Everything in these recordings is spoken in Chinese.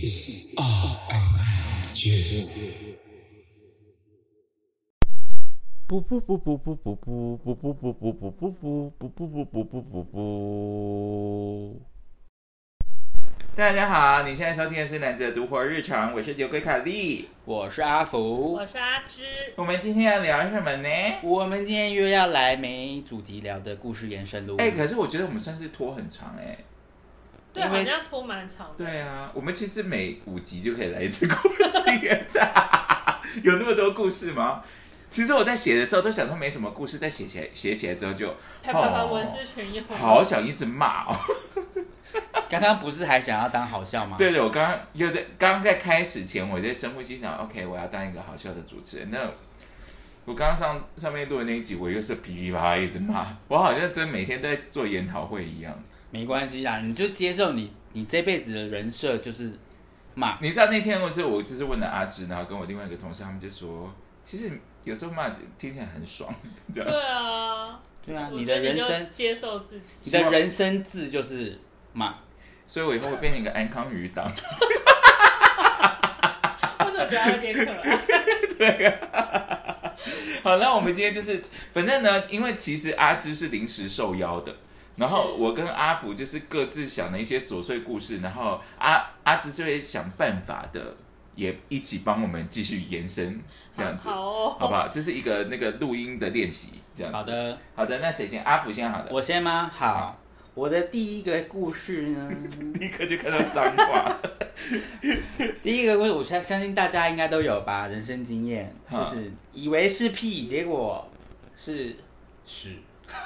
is RMG。 不不不不不不不不不不不不不不不不不不不。大家好，你现在收听的是男子独活日常，我是酒鬼卡莉， 我是阿福， 我是阿芝。 我们今天要聊什么呢？ 我们今天又要来没主题聊的故事延伸录。 可是我觉得我们算是拖很长对，好像拖蛮长的。 对啊，我们其实每5集就可以来一次故事延伸，有那么多故事吗？其实我在写的时候都想说没什么故事，但写起来之后就啪啪啪，文思泉涌， 好想一直骂哦。 刚刚不是还想要当好笑吗？ 对，我刚刚在开始前，我在深呼吸想 ，OK， 我要当一个好笑的主持人。那我刚刚上面录的那一集，我又是噼里啪啦一直骂，我好像真每天都在做研讨会一样。 没关系啦，你就接受你这辈子的人设就是骂。 你知道那天我就是问了阿芝，然后跟我另外一个同事，他们就说，其实有时候骂听起来很爽。 对啊， 对啊，你的人生接受自己， 你的人生字就是骂。 所以我以后会变成一个安康余党。 为什么觉得有点可爱？ 对啊。好，那我们今天就是，反正呢，因为其实阿芝是临时受邀的，然后我跟阿福就是各自想了一些琐碎故事，然后阿芝就会想办法的，也一起帮我们继续延伸，这样子，好不好？这是一个那个录音的练习，这样子。好的，那谁先？阿福先好的。 我先吗？好。我的第一个故事呢， 第一个就看到脏话。 第一个故事，我相信大家应该都有吧，人生经验，就是以为是屁，结果是屎。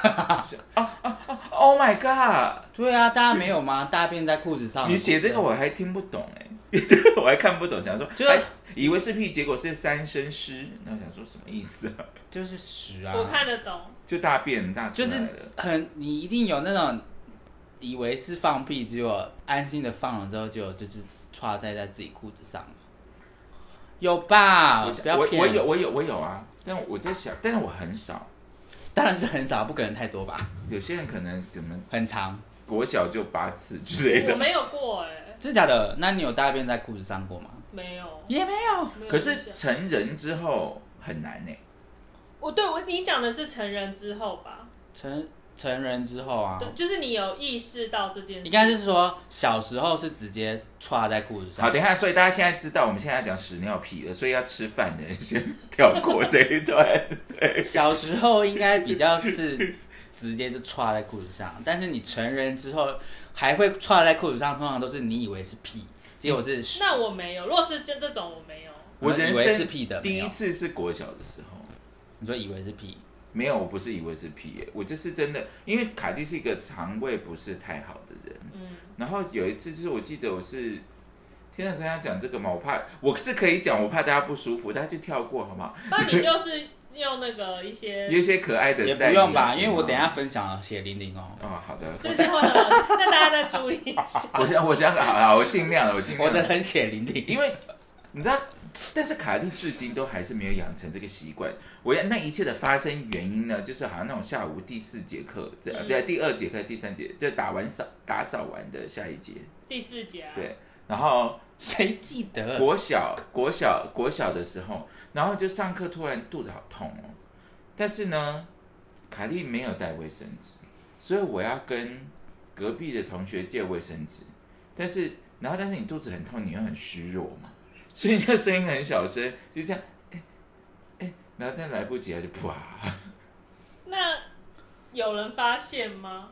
Oh my god！ 对啊，大家没有吗？大便在裤子上。 你写这个我还听不懂我还看不懂，想说以为是屁，结果是三声诗，然后想说什么意思啊？ 就是屎啊！ 我看得懂， 就大便大出来了， 就是你一定有那种以为是放屁，结果安心的放了之后，就是插在自己裤子上，有吧？不要骗我有啊，但我在想，但是我很少， 当然是很少，不可能太多吧？ 有些人可能怎么很长， 国小就8次之类的， 我没有过真的假的？那你有大便在裤子上过吗？ 没有， 也没有。 可是成人之后很难你讲的是成人之后吧？ 成人之后啊， 对，就是你有意识到这件事。 应该是说小时候是直接插在裤子上。 好，等一下，所以大家现在知道我们现在要讲屎尿屁了，所以要吃饭的人先跳过这一段。对， 小时候应该比较是直接就插在裤子上，但是你成人之后还会插在裤子上，通常都是你以为是屁，结果是屎。 那我没有，如果是这种我没有。 我人以为是屁的第一次是国小的时候。 你说以为是屁？ 没有，我不是以为是屁我就是真的，因为卡蒂是一个肠胃不是太好的人，然后有一次就是我记得我是，天哪，跟他讲这个嘛，我是可以讲，我怕大家不舒服，大家就跳过好不好？ 那你就是用那个有一些可爱的， 也不用吧，因为我等一下分享血淋淋哦。 哦，好的， 所以这会那大家再注意一下。 我想好，我尽量了， 我的很血淋淋， 因为你知道。但是卡蒂至今都还是没有养成这个习惯。那一切的发生原因呢，就是好像那种下午第4节课，第2节课、第3节，就打扫完的下一节。 第4节啊。 对，然后谁记得？ 国小的时候，然后就上课突然肚子好痛哦，但是呢，卡蒂没有带卫生纸，所以我要跟隔壁的同学借卫生纸，但是你肚子很痛，你又很虚弱嘛。所以那声音很小声，就这样，然后但来不及，他就啪。 那有人发现吗？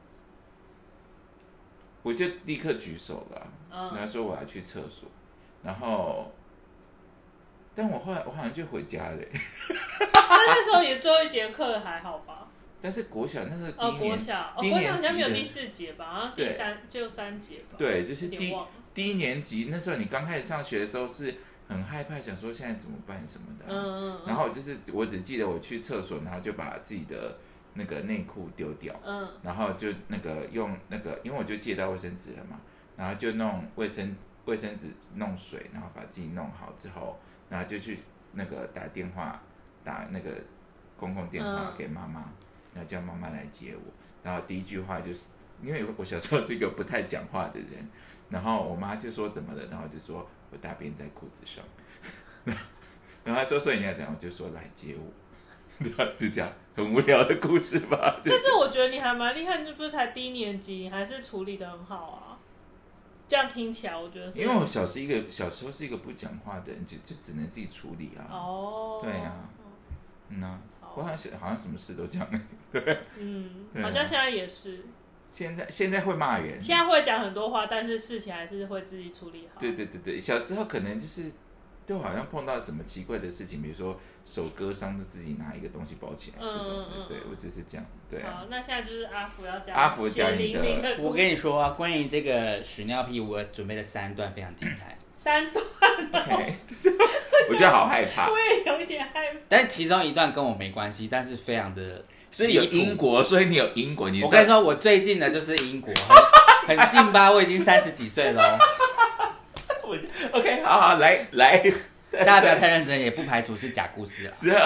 我就立刻举手了，然后说我要去厕所，然后，但我后来我好像就回家了。 那时候也最后1节课还好吧？ 但是国小那时候第一年， 国小好像没有第4节吧，好像第3节吧。 对，就是第1年级那时候，你刚开始上学的时候是很害怕，想说现在怎么办什么的。然后我只记得我去厕所，然后就把自己的那个内裤丢掉。然后就那个用那个，因为我就借到卫生纸了嘛，然后就弄卫生纸弄水，然后把自己弄好之后，然后就去那个打那个公共电话给妈妈，然后叫妈妈来接我。然后第一句话就是因为我小时候是一个不太讲话的人，然后我妈就说怎么了，然后就说我大便在裤子上，然后她说所以你要怎样，我就说来接我，就这样很无聊的故事吧。 但是我觉得你还蛮厉害，你不是才低年级，你还是处理得很好啊。这样听起来，我觉得是因为我小时候是一个不讲话的人，就只能自己处理啊。 哦， 对啊，我好像什么事都这样，对， 好像现在也是。 现在会骂人， 现在会讲很多话，但是事情还是会自己处理好。 对，小时候可能就是都好像碰到什么奇怪的事情，比如说手割伤，就自己拿一个东西包起来这种的。对，我只是这样。对啊。 好，那现在就是阿福要讲。 阿福讲你的。 我跟你说啊，关于这个屎尿屁，我准备了3段非常精彩。 3段。 Okay, 我觉得好害怕。 我也有一点害怕。 但其中一段跟我没关系，但是非常的。 所以有英国，所以你有英国。 我跟你说，我最近的就是英国，很近吧？我已经30几岁了。 OK， 好，来， 大家不要太认真，也不排除是假故事啊。 是啊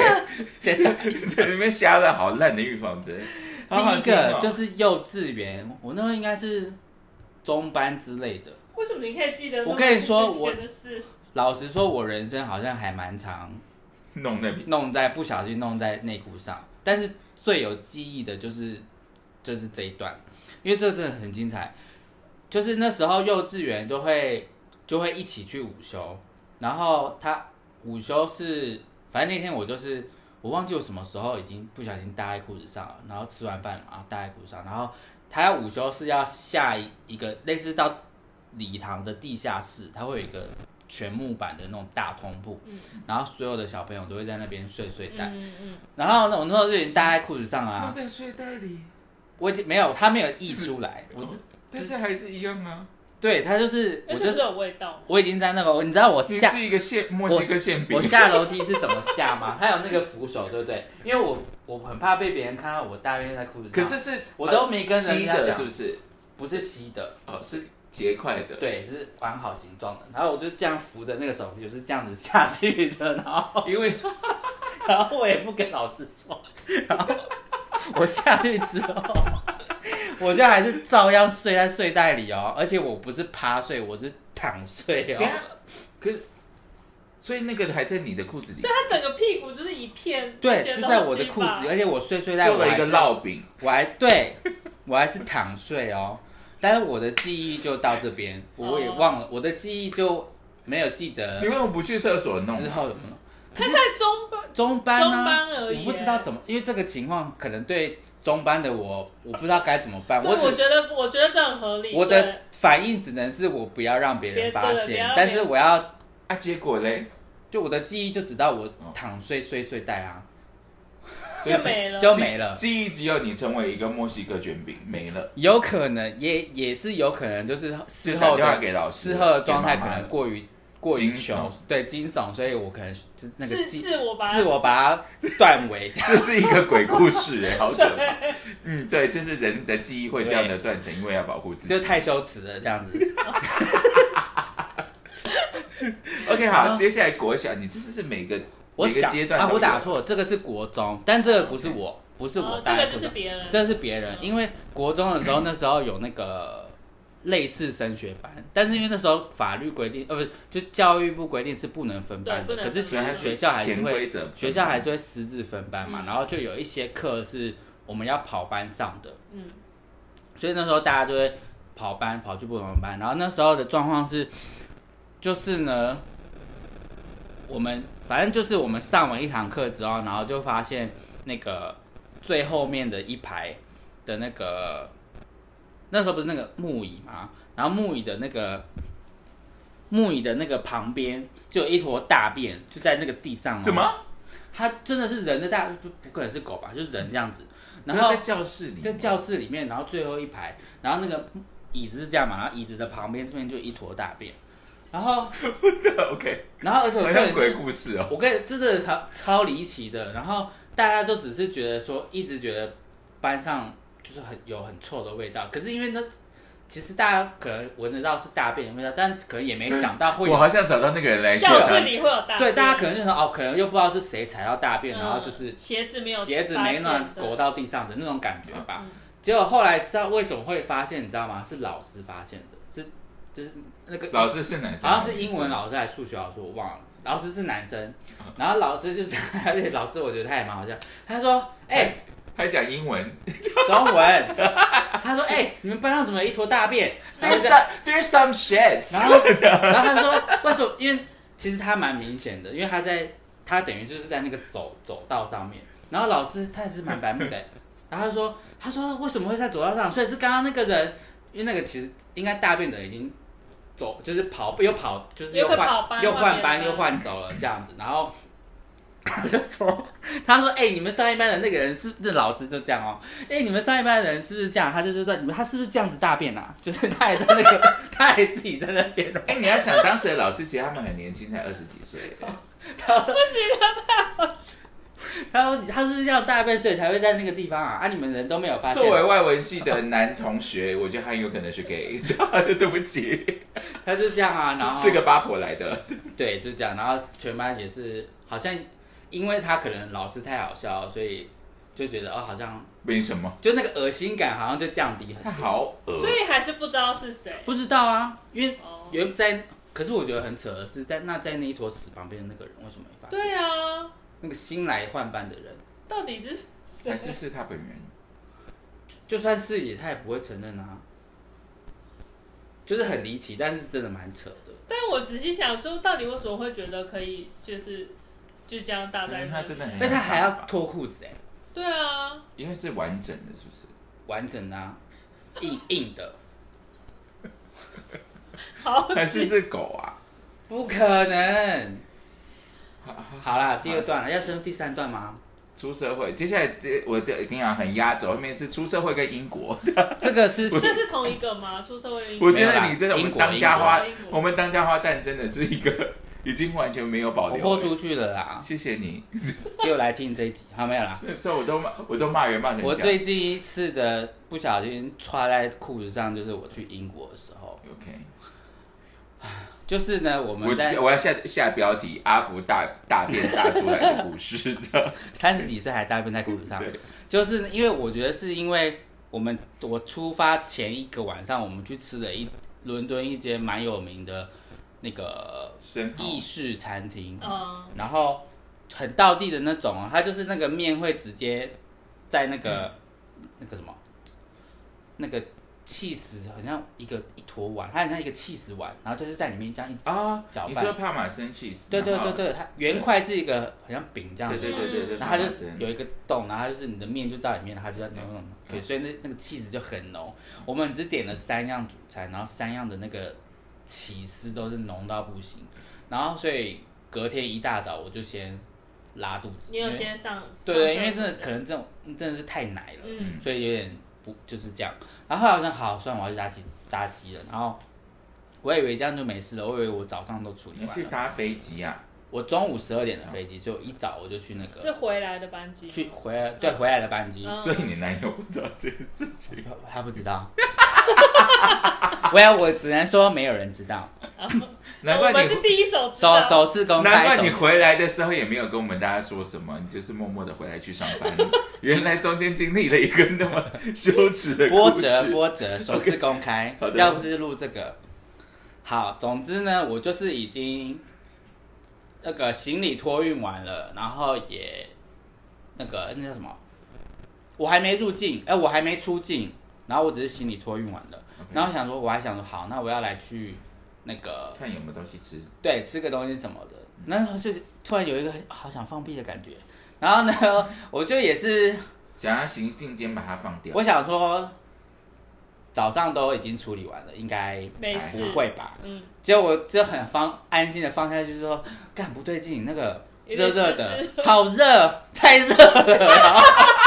，OK， 在里面瞎了好烂的预防针。 第一个就是幼稚园，我那时候应该是中班之类的。 为什么你可以记得？ 我跟你说，老实说，我人生好像还蛮常不小心弄在内裤上，但是最有记忆的就是这一段，因为这个真的很精彩。就是那时候幼稚园就会一起去午休，然后他午休是，反正那天我忘记我什么时候已经不小心搭在裤子上了，然后吃完饭然后搭在裤子上，然后他要午休是要下一个类似到礼堂的地下室，它会有一个全木板的那种大通铺，然后所有的小朋友都会在那边睡袋，然后我那时候就已经搭在裤子上啊， 在睡袋里， 我已经没有，他没有溢出来， 但是还是一样啊。 对，他就是， 我就是有味道。 我已经在那个，你知道我下， 你是一个墨西哥馅饼。 我下楼梯是怎么下吗？他有那个扶手，对不对？因为我很怕被别人看到我大便在裤子上。 可是我都没跟人家讲， 是不是？ 不是吸的， 是结块的。 对，是完好形状的。然后我就这样扶着那个手，就是这样子下去的。然后然后我也不跟老师说，然后我下去之后。我就还是照样睡在睡袋里哦，而且我不是趴睡，我是躺睡哦。 可是，所以那个还在你的裤子里， 所以他整个屁股就是一片， 对，就在我的裤子，而且我睡袋做了一个烙饼， 我还是躺睡哦。但是我的记忆就到这边，我也忘了，我的记忆就没有记得。 你为什么不去厕所弄？ 之后怎么弄？ 他在中班而已， 我不知道怎么，因为这个情况可能对。中班的我不知道该怎么办。 我觉得这很合理。 我的反应只能是我不要让别人发现，但是我要结果嘞， 就我的记忆就只到我躺睡袋啊， 就没了。 记忆只有你成为一个墨西哥卷饼没了， 有可能也是有可能就是事后的状态可能过于穷，对惊悚，所以我可能就是那个自我把它断尾， 这是一个鬼故事好可怕。对，就是人的记忆会这样的断层，因为要保护自己， 就太羞耻了这样子。 OK， 好，接下来国小，你真的是每个阶段我打错，这个是国中，但这个不是我搭在裤上，这个是别人，因为国中的时候那时候有那个。类似升学班，但是因为那时候法律规定，就教育部规定是不能分班的，可是其实学校还是会私自分班嘛，然后就有一些课是我们要跑班上的，所以那时候大家就会跑去不同的班，然后那时候的状况是，就是呢，我们反正就是我们上完一堂课之后，然后就发现那个最后面的一排的那个。那时候不是那个木椅嘛，然后木椅的那个旁边就有一坨大便，就在那个地上。 什么？ 它真的是人的大，不可能是狗吧？就是人这样子。然后在教室里面， 然后最后一排，然后那个椅子是这样嘛，然后椅子的旁边这边就一坨大便。然后 OK， 然后而且我好像鬼故事哦， 我跟真的超离奇的。然后大家都只是觉得说，一直觉得班上。就是有很臭的味道，可是因为其实大家可能闻得到是大便的味道，但可能也没想到会有。 我好像找到那个人来教室里会有大便。 对，大家可能就说可能又不知道是谁踩到大便，然后就是鞋子没乱狗到地上的那种感觉吧。 结果后来知道为什么会发现，你知道吗？是老师发现的，就是那个老师是男生， 好像是英文老师还是数学老师，我忘了。老师是男生，然后老师就是，而且老师我觉得他也蛮好笑。他说：“ 还讲英文， 中文。”他说：“你们班上怎么有一坨大便 ？There's some shit。” 然后他说：“为什么？因为其实他蛮明显的，因为他等于就是在那个走道上面。然后老师他也是蛮白目的，然后他说为什么会在走道上？所以是刚刚那个人，因为那个其实应该大便的人已经。”走就是跑，就是又换班又换走了这样子，然后他说你们上一班的那个人是那老师就这样哦，你们上一班的人是不是这样？他就是说他是不是这样子大便啊？就是他还在那个，他还自己在那边。 你要想当时的老师，其实他们很年轻，才20几岁。 他不行啊，太好笑。他说：“他是不是这样大便，所以才会在那个地方啊？你们人都没有发现。” 作为外文系的男同学，我觉得他很有可能是 gay。对不起， 他就这样啊，然后是个八婆来的。对， 就这样，然后全班也是，好像因为他可能老师太好笑，所以就觉得好像没什么， 就那个恶心感好像就降低很多。 他好恶， 所以还是不知道是谁。 不知道啊，因为可是我觉得很扯的是，在那一坨屎旁边的那个人为什么没发现？ 对啊。 那个新来换班的人， 到底是谁？ 还是他本人？ 就算是他也不会承认啊，就是很离奇，但是真的蛮扯的。 但我仔细想说，到底为什么会觉得可以，就这样大在？ 他真的很， 但他还要脱裤子对啊， 因为是完整的，是不是？ 完整啊，硬的。 还是狗啊？ 不可能。好啦，第2段了，要升第3段吗？ 出社会，接下来我跟你讲很压轴，后面是出社会跟英国。 这个是同一个吗？出社会跟英国。 我觉得你这种当家花，我们当家花旦真的是一个已经完全没有保留。 我豁出去了啦！ 谢谢你， 给我来听这一集，好没有啦？ 所以我都骂人骂成这样。 我最近一次的不小心穿在裤子上，就是我去英国的时候。 OK。 就是呢，我要下标题：阿福大便大出来的故事。 30几岁还大便在裤子上，就是因为我觉得是因为我出发前一个晚上，我们去吃了伦敦一间蛮有名的那个意式餐厅，然后很道地的那种它就是那个面会直接在那个什么那个。起司好像一坨碗，它很像一个起司碗，然后就是在里面这样一直搅拌。 你说帕玛森起司？ 对，它圆块是一个好像饼这样子。 对。 然后它就是有一个洞，然后它就是你的面就在里面，它就在那种，所以那个起司就很浓。我们只点了3样主餐，然后3样的那个起司都是浓到不行。然后所以隔天一大早我就先拉肚子。 你有先上？ 对，因为真的可能这种真的是太奶了，所以有点不就是这样。然后后来好像好，算了，我要去搭机了。然后我以为这样就没事了，我以为我早上都处理完了。 你去搭飞机啊？ 我中午12点的飞机，所以我一早我就去那个。 是回来的班机。 回来的班机。 所以你男友不知道这件事情？ 他不知道。我只能说没有人知道。 难怪我们是第一手首次公开。 难怪你回来的时候也没有跟我们大家说什么，你就是默默的回来去上班。原来中间经历了一个那么羞耻的故事。 波折，首次公开。要不是录这个。好，总之呢，我就是已经那个行李托运完了，然后也那叫什么？我还没入境，我还没出境，然后我只是行李托运完了，然后我还想说，好，那我要来去。那个看有没有东西吃， 对，吃个东西什么的。那时候就突然有一个好想放屁的感觉，然后呢，我就也是想要行进间把它放掉。 我想说，早上都已经处理完了，应该不会吧？结果我就很安心的放下去，就说干不对劲，那个热热的，好热，太热了。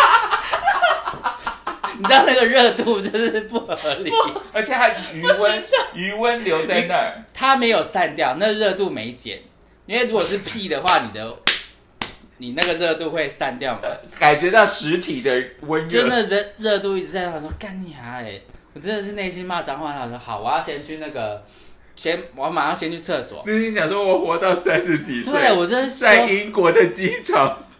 你知道那个热度就是不合理， 而且它余温留在那儿， 它没有散掉，那热度没减。因为如果是屁的话，你那个热度会散掉嘛， 感觉到实体的温热， 就那热度一直在那。我说干你啊！我真的是内心骂脏话。我说好，我要先去那个，我要马上先去厕所。 内心想说，我活到30几岁， 对我真的在英国的机场。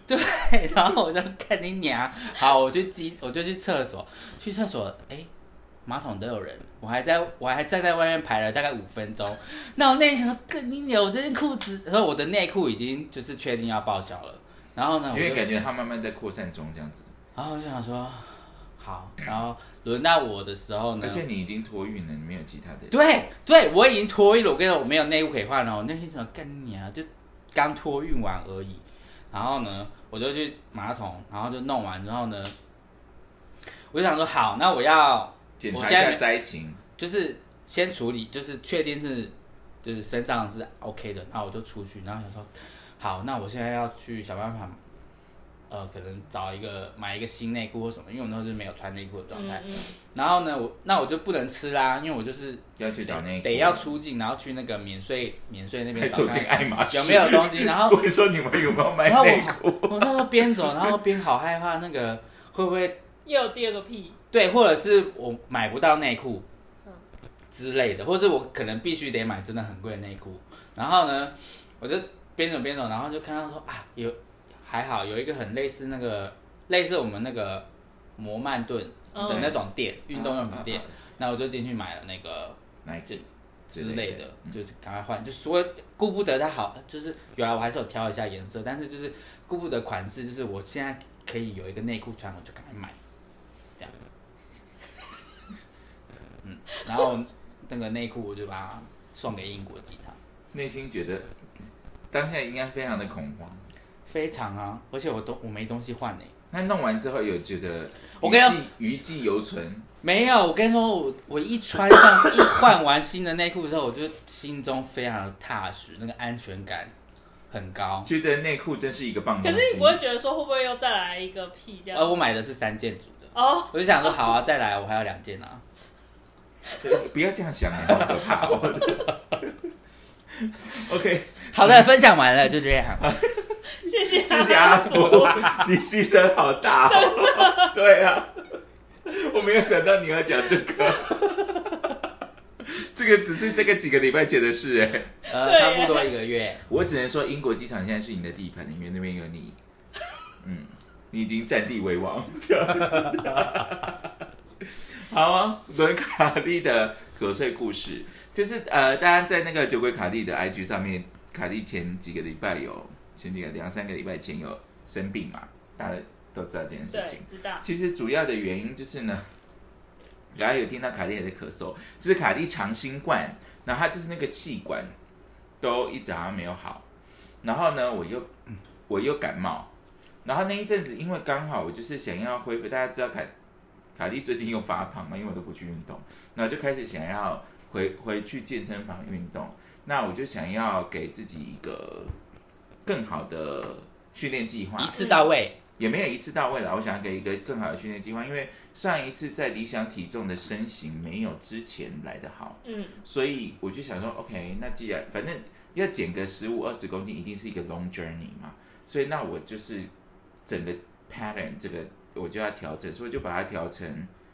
对，然后我就看你娘，好，我就去厕所，马桶都有人，我还站在外面排了大概5分钟。那我内心想说，跟你娘，我这件裤子，然后我的内裤已经就是确定要报销了。然后呢， 因为感觉它慢慢在扩散中这样子。 然后我就想说，好，然后轮到我的时候呢， 而且你已经托运了，你没有其他的。 对，我已经托运了。我跟你说，我没有内裤可以换了。我内心想，干你娘，就刚托运完而已。然后呢，我就去马桶，然后就弄完之后呢，我就想说，好，那我要检查一下灾情， 就是先处理，就是确定就是身上是 OK 的，然后我就出去，然后想说，好，那我现在要去想办法，可能买一个新内裤或什么，因为我那时候是没有穿内裤的状态。然后呢，我就不能吃啦，因为我就是要去找内裤， 得要出境，然后去那个免税那边走进爱马仕有没有东西。然后我说你们有没有买内裤？ 我那时候边走，然后边好害怕那个会不会又有第二个屁？对， 或者是我买不到内裤之类的，或者是我可能必须得买真的很贵的内裤。然后呢，我就边走边走，然后就看到说啊，还好有一个很类似我们那个摩曼顿的那种店，运动用品店。那我就进去买了那个Nike之类的，就赶快换，就说顾不得它好，就是原来我还是有挑一下颜色，但是就是顾不得款式，就是我现在可以有一个内裤穿，我就赶快买，这样。然后那个内裤我就把它送给英国机场。 内心觉得当下应该非常的恐慌， 非常啊，而且我没东西换呢。 那弄完之后有觉得余悸犹存？ 没有，我跟你说，我一换完新的内裤之后，我就心中非常的踏实，那个安全感很高， 觉得内裤真是一个棒东西。 可是你不会觉得说会不会又再来一个屁这样？ 我买的是3件组的哦， 我就想说好啊，再来，我还有2件啊。 不要这样想，好可怕哦。OK， 好的，分享完了，就这样。 谢谢阿福，你牺牲好大哦。对啊，我没有想到你要讲这个，这个只是几个礼拜前的事哎。 差不多1个月。 我只能说，英国机场现在是你的地盘，因为那边有你，你已经占地为王。好啊，伦卡利的琐碎故事，就是大家在那个酒鬼卡利的 IG 上面，卡利前几个2-3个礼拜前有生病嘛，大家都知道这件事情。 对，知道。其实主要的原因就是呢，大家有听到卡利也在咳嗽，就是卡利长新冠，然后他就是那个气管都一直好像没有好，然后呢我又感冒，然后那一阵子因为刚好我就是想要恢复，大家知道卡利最近又发胖嘛，因为我都不去运动，然后就开始想要回去健身房运动，那我就想要给自己一个更好的训练计划， 一次到位也没有一次到位啦，我想要给一个更好的训练计划，因为上一次在理想体重的身形没有之前来得好，所以我就想说 OK， 那既然反正要减个15-20公斤一定是一个 long journey 嘛，所以那我就是整个 pattern 这个我就要调整，所以就把它调成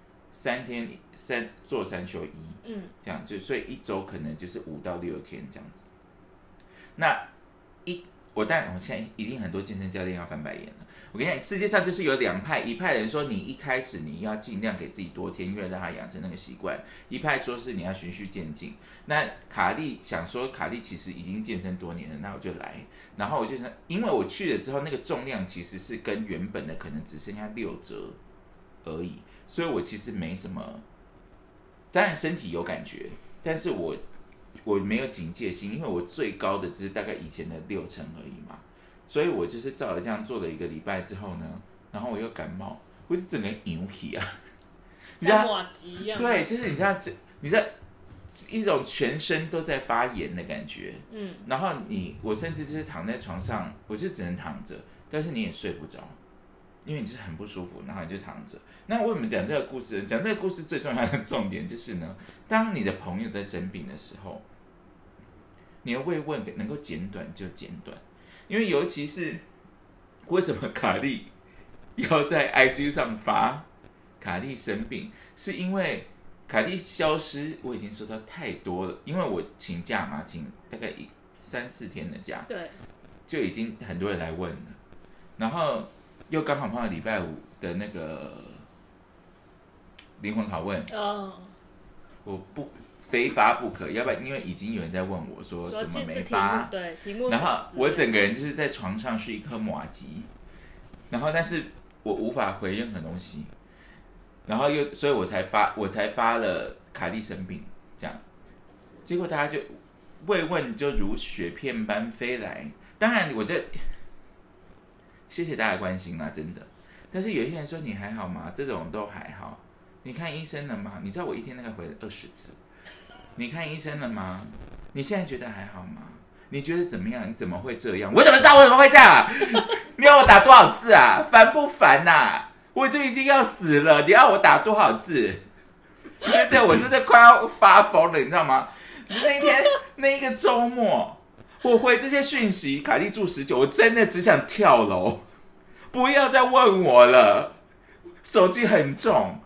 3天做3休1，这样就所以1周可能就是5到6天这样子。那我现在一定很多健身教练要翻白眼了。我跟你讲，世界上就是有2派，一派人说你一开始你要尽量给自己多天，因为让他养成那个习惯；一派说是你要循序渐进。那卡利想说，卡利其实已经健身多年了，那我就来。然后我就想，因为我去了之后，那个重量其实是跟原本的可能只剩下6折而已，所以我其实没什么，当然身体有感觉，但是我没有警戒心，因为我最高的只是大概以前的6成而已嘛，所以我就是照着这样做了1个礼拜之后呢，然后我又感冒，我是整个牛皮啊， 像马吉一样， 对，就是你知道一种全身都在发炎的感觉，然后我甚至就是躺在床上，我就只能躺着，但是你也睡不着，因为你就是很不舒服，然后你就躺着。那为什么讲这个故事？讲这个故事最重要的重点就是呢，当你的朋友在生病的时候，你的慰问能够简短就简短，因为尤其是为什么卡利要在 IG 上发卡利生病，是因为卡利消失，我已经收到太多了，因为我请假嘛，请大概3-4天的假， 对， 就已经很多人来问了。 然后又刚好碰到礼拜五的那个灵魂拷问，我不非发不可，要不然因为已经有人在问我说怎么没发， 对，题目， 然后我整个人就是在床上是一颗麻糬，然后但是我无法回任何东西，然后所以我才发了卡莉生病这样，结果大家就慰问就如雪片般飞来，当然谢谢大家关心啦，真的。但是有一些人说你还好吗？这种都还好。你看医生了吗？你知道我一天大概回了20次。你看医生了吗？你现在觉得还好吗？你觉得怎么样？你怎么会这样？我怎么知道我怎么会这样啊？你要我打多少字啊？烦不烦啊？我就已经要死了，你要我打多少字？真的，我真的快要发疯了，你知道吗？那一个周末，我回这些讯息，卡莉住19，我真的只想跳楼，不要再问我了，手机很重，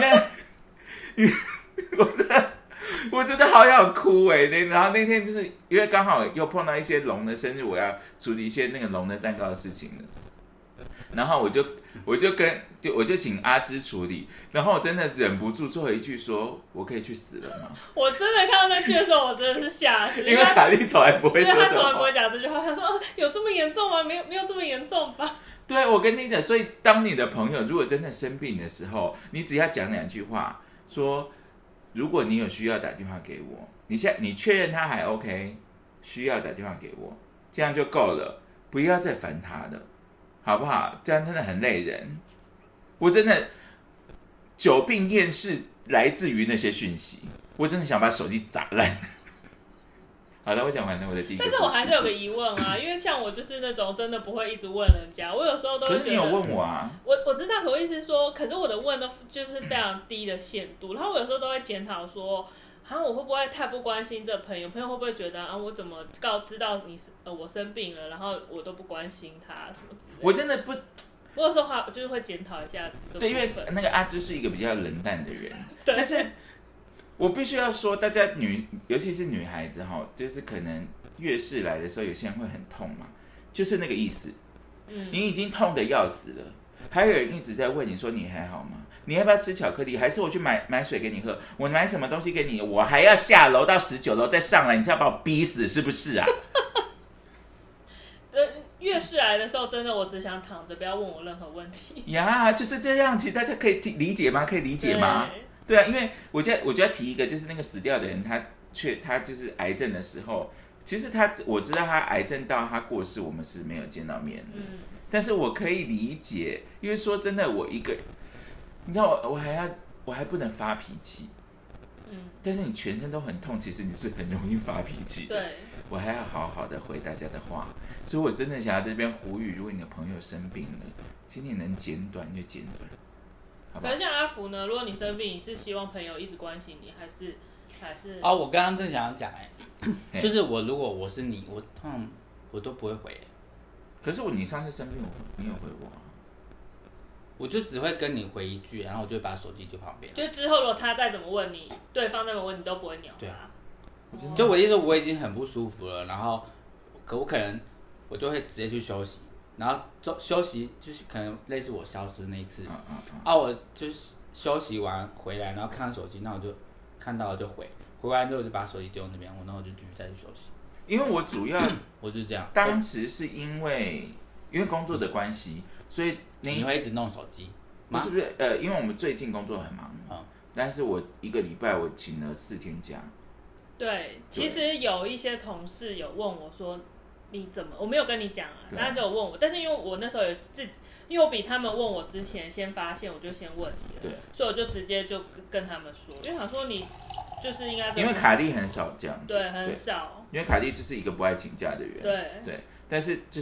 我真的好想哭然后那天就是因为刚好又碰到一些龙的生日，我要处理一些那个龙的蛋糕的事情了，然后我就请阿芝处理，然后我真的忍不住最后一句说：“我可以去死了吗？” 我真的看到那句的时候，我真的是吓死， 因为卡莉从来不会说这话， 他从来不会讲这句话。他说：“有这么严重吗？没有这么严重吧？” 对，我跟你讲，所以当你的朋友如果真的生病的时候，你只要讲2句话，说：“如果你有需要打电话给我，你确认他还 OK， 需要打电话给我，这样就够了，不要再烦他了。”好不好？这样真的很累人。我真的久病厌世来自于那些讯息，我真的想把手机砸烂。好了，我讲完了我的第一个。 但是我还是有个疑问啊，因为像我就是那种真的不会一直问人家，我有时候都会觉得。 可是你有问我啊？ 我知道，可我意思是说，可是我的问都就是非常低的限度，然后我有时候都会检讨说。我会不会太不关心这朋友？朋友会不会觉得啊，我怎么知道我生病了，然后我都不关心他什么之类的？ 我真的不， 我有时候就是会检讨一下对，因为那个阿芝是一个比较冷淡的人， 对。 但是我必须要说，大家尤其是女孩子哈，就是可能月事来的时候，有些人会很痛嘛，就是那个意思。你已经痛得要死了，还有人一直在问你说你还好吗？你要不要吃巧克力？还是我去买水给你喝？我买什么东西给你？我还要下楼到19楼再上来，你是要把我逼死是不是啊？ 月事来的时候，真的我只想躺着，不要问我任何问题。 呀，就是这样，其实大家可以理解吗？可以理解吗？对啊，因为我就要提一个，就是那个死掉的人，他就是癌症的时候，其实我知道他癌症到他过世，我们是没有见到面的。但是我可以理解，因为说真的，我一个。你知道我还不能发脾气，但是你全身都很痛，其实你是很容易发脾气的。 对， 我还要好好的回大家的话，所以我真的想要这边呼吁，如果你的朋友生病了，请你能简短就简短，好不好？ 可是像阿福呢，如果你生病，你是希望朋友一直关心你，还是？ 我刚刚正想要讲就是如果我是你，我通常我都不会回。 可是你上次生病，你有回我啊？ 我就只会跟你回一句，然后我就会把手机丢旁边。 就之后如果他再怎么问你，对方再怎么问你都不会鸟他。 对啊，就我意思说我已经很不舒服了，然后我可能我就会直接去休息，然后休息就是可能类似我消失那一次，我就是休息完回来，然后看到手机，那我就看到了就回完之后我就把手机丢那边，然后我就继续再去休息。 因为我主要我就是这样， 当时是因为工作的关系，所以你会一直弄手机吗？ 是不是？因为我们最近工作很忙，但是我1个礼拜我请了4天假。 对，其实有一些同事有问我说你怎么，我没有跟你讲啊，他就有问我，但是因为我那时候有因为我比他们问我之前先发现，我就先问你了， 对， 所以我就直接就跟他们说，因为想说你就是应该， 因为卡莉很少这样子， 对，很少， 因为卡莉就是一个不爱请假的人，对，但是就是。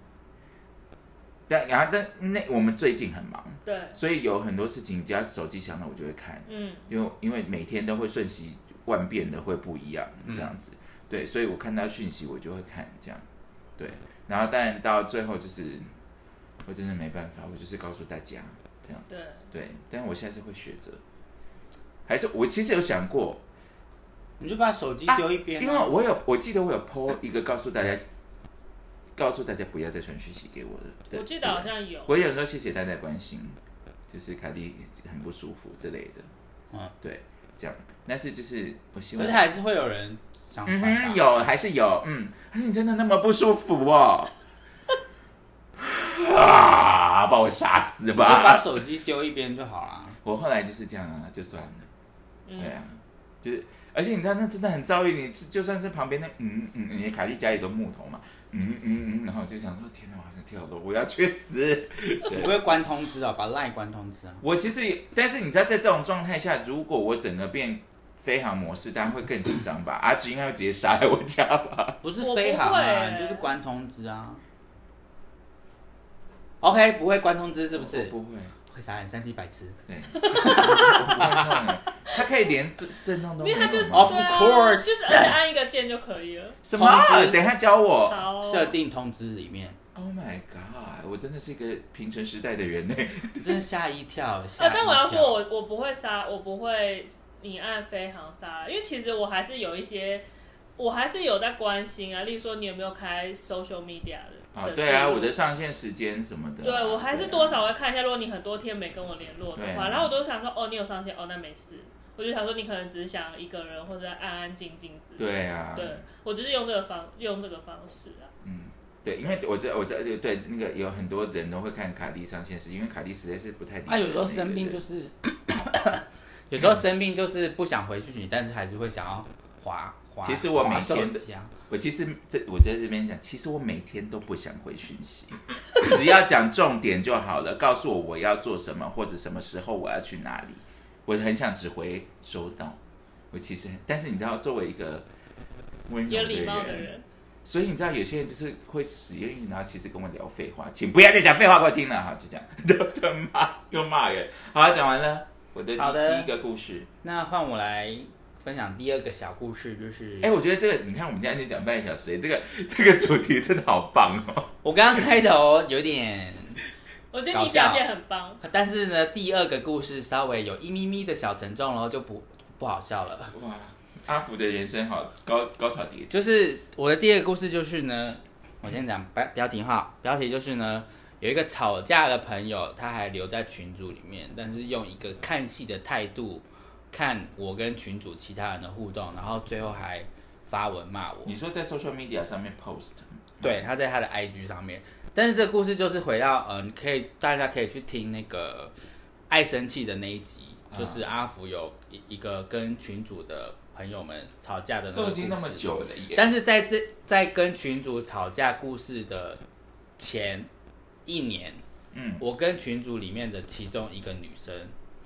但我们最近很忙， 对， 所以有很多事情只要手机响了我就会看，因为每天都会瞬息万变的会不一样这样子，对，所以我看到讯息我就会看这样，对，然后但到最后就是我真的没办法，我就是告诉大家这样，对，但我现在是会学着，还是我其实有想过， 你就把手机丢一边， 因为我记得我有 po 一个告诉大家。 告诉大家不要再传讯息给我了。 我记得好像有。 我有说谢谢大家关心，就是凯莉很不舒服之类的。对，这样。但是就是我希望， 可是还是会有人想传。 有还是有，你真的那么不舒服哦？啊！把我杀死吧！ 你就把手机丢一边就好了。 我后来就是这样啊，就算了。对啊，就是，而且你知道那真的很遭遇你，就算是旁边那你凯莉家里都木头嘛，然后我就想说，天哪，我好像跳楼，我要去死！ 不会关通知啊，把 LINE 关通知啊。 我其实，但是你知道，在这种状态下，如果我整个变飞航模式，当然会更紧张吧？阿直应该会直接杀来我家吧？ 不是飞航啊，就是关通知啊。OK， 不会关通知是不是？ 我不会。 会傻眼，3C白痴。 对，我不会弄。它可以连震动都没有吗？ Of course， 就是按一个键就可以了。 什么？等一下教我。 设定通知里面。 Oh my god！ 我真的是一个平成时代的人呢， 真的吓一跳。 但我要说，我不会杀，我不会你按飞航杀，因为其实我还是有一些，我还是有在关心啊。例如说，你有没有开 social media 的？ 对啊，我的上线时间什么的。 对，我还是多少会看一下。如果你很多天没跟我联络的话，然后我都想说，你有上线，那没事。我就想说，你可能只是想一个人或者安安静静之类的。对啊，对，我就是用这个方式啊。 对，因为我这对那个有很多人都会看卡莉上线时，因为卡莉实在是不太理解。 有时候生病就是，有时候生病就是不想回去你，但是还是会想要滑。 其实我每天的，我在这边讲，其实我每天都不想回讯息，只要讲重点就好了，告诉我要做什么或者什么时候我要去哪里，我很想只回收到。我其实，但是你知道，作为一个温柔有礼貌的人， 所以你知道有些人就是会使用，然后其实跟我聊废话，请不要再讲废话给我听了，好，就这样，又骂人。好，讲完了我的第一个故事， 那换我来分享第二个小故事，就是我觉得这个，你看我们今天就讲半个小时，这个主题真的好棒哦。 我刚刚开头有点， 我觉得你表现很棒， 但是呢，第二个故事稍微有一咪咪的小沉重了，就不好笑了。 哇，阿福的人生好高潮迭起。 就是我的第二个故事就是呢，我先讲标题哈，标题就是呢，有一个吵架的朋友，他还留在群组里面，但是用一个看戏的态度。看我跟群主其他人的互动，然后最后还发文骂我。 你说在 social media 上面 post？ 对，他在他的 IG 上面。但是这个故事就是回到大家可以去听那个爱生气的那一集，就是阿福有一个跟群主的朋友们吵架的那个故事。 都已经那么久了耶。 但是在跟群主吵架故事的前1年，我跟群主里面的其中一个女生。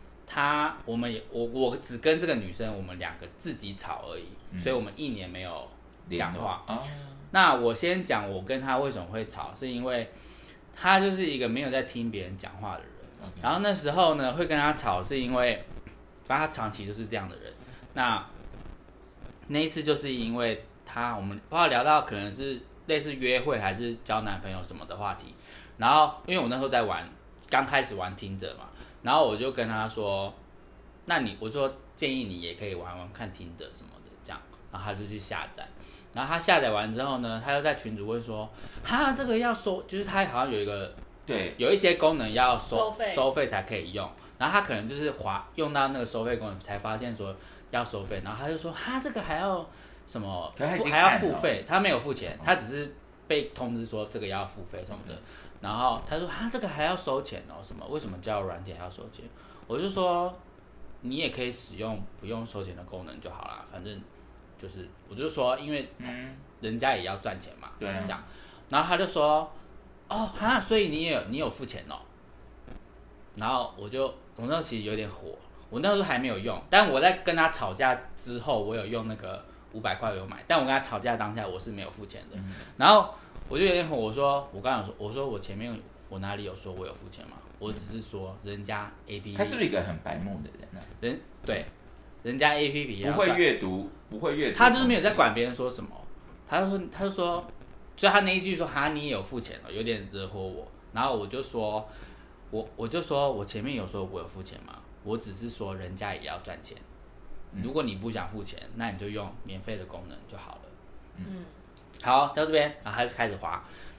我只跟这个女生，我们2个自己吵而已，所以我们1年没有讲话。那我先讲我跟她为什么会吵，是因为她就是一个没有在听别人讲话的人。然后那时候呢，会跟她吵，是因为反正她长期就是这样的人。那一次就是因为我们不知道聊到可能是类似约会还是交男朋友什么的话题。然后因为我那时候在刚开始玩Tinder嘛。然后我就跟他说，我说建议你也可以玩看Tinder什么的这样，然后他就去下载，然后他下载完之后呢，他又在群组问说，这个要收，就是他好像有一些功能要收费才可以用，然后他可能就是用到那个收费功能才发现说要收费，然后他就说这个还要什么还要付费，他没有付钱，他只是被通知说这个要付费什么的。然后他说这个还要收钱什么？为什么交友软体还要收钱？我就说你也可以使用不用收钱的功能就好啦，反正就是我就说因为人家也要赚钱嘛， 对这样。然后他就说所以你有付钱然后我那时候其实有点火，我那时候还没有用，但我在跟他吵架之后，我有用那个500块有买，但我跟他吵架当下我是没有付钱的，然后。我就有点火，我刚刚我说我前面我哪里有说我有付钱吗？我只是说人家 APP， 他是不是一个很白目的人呢？ 对，人家 APP 不会阅读， 他就是没有在管别人说什么，他就说，所以他那一句说你也有付钱有点惹火我，然后我就说我前面有说我有付钱吗？我只是说人家也要赚钱，如果你不想付钱，那你就用免费的功能就好了。好，到这边，然后他就开始滑，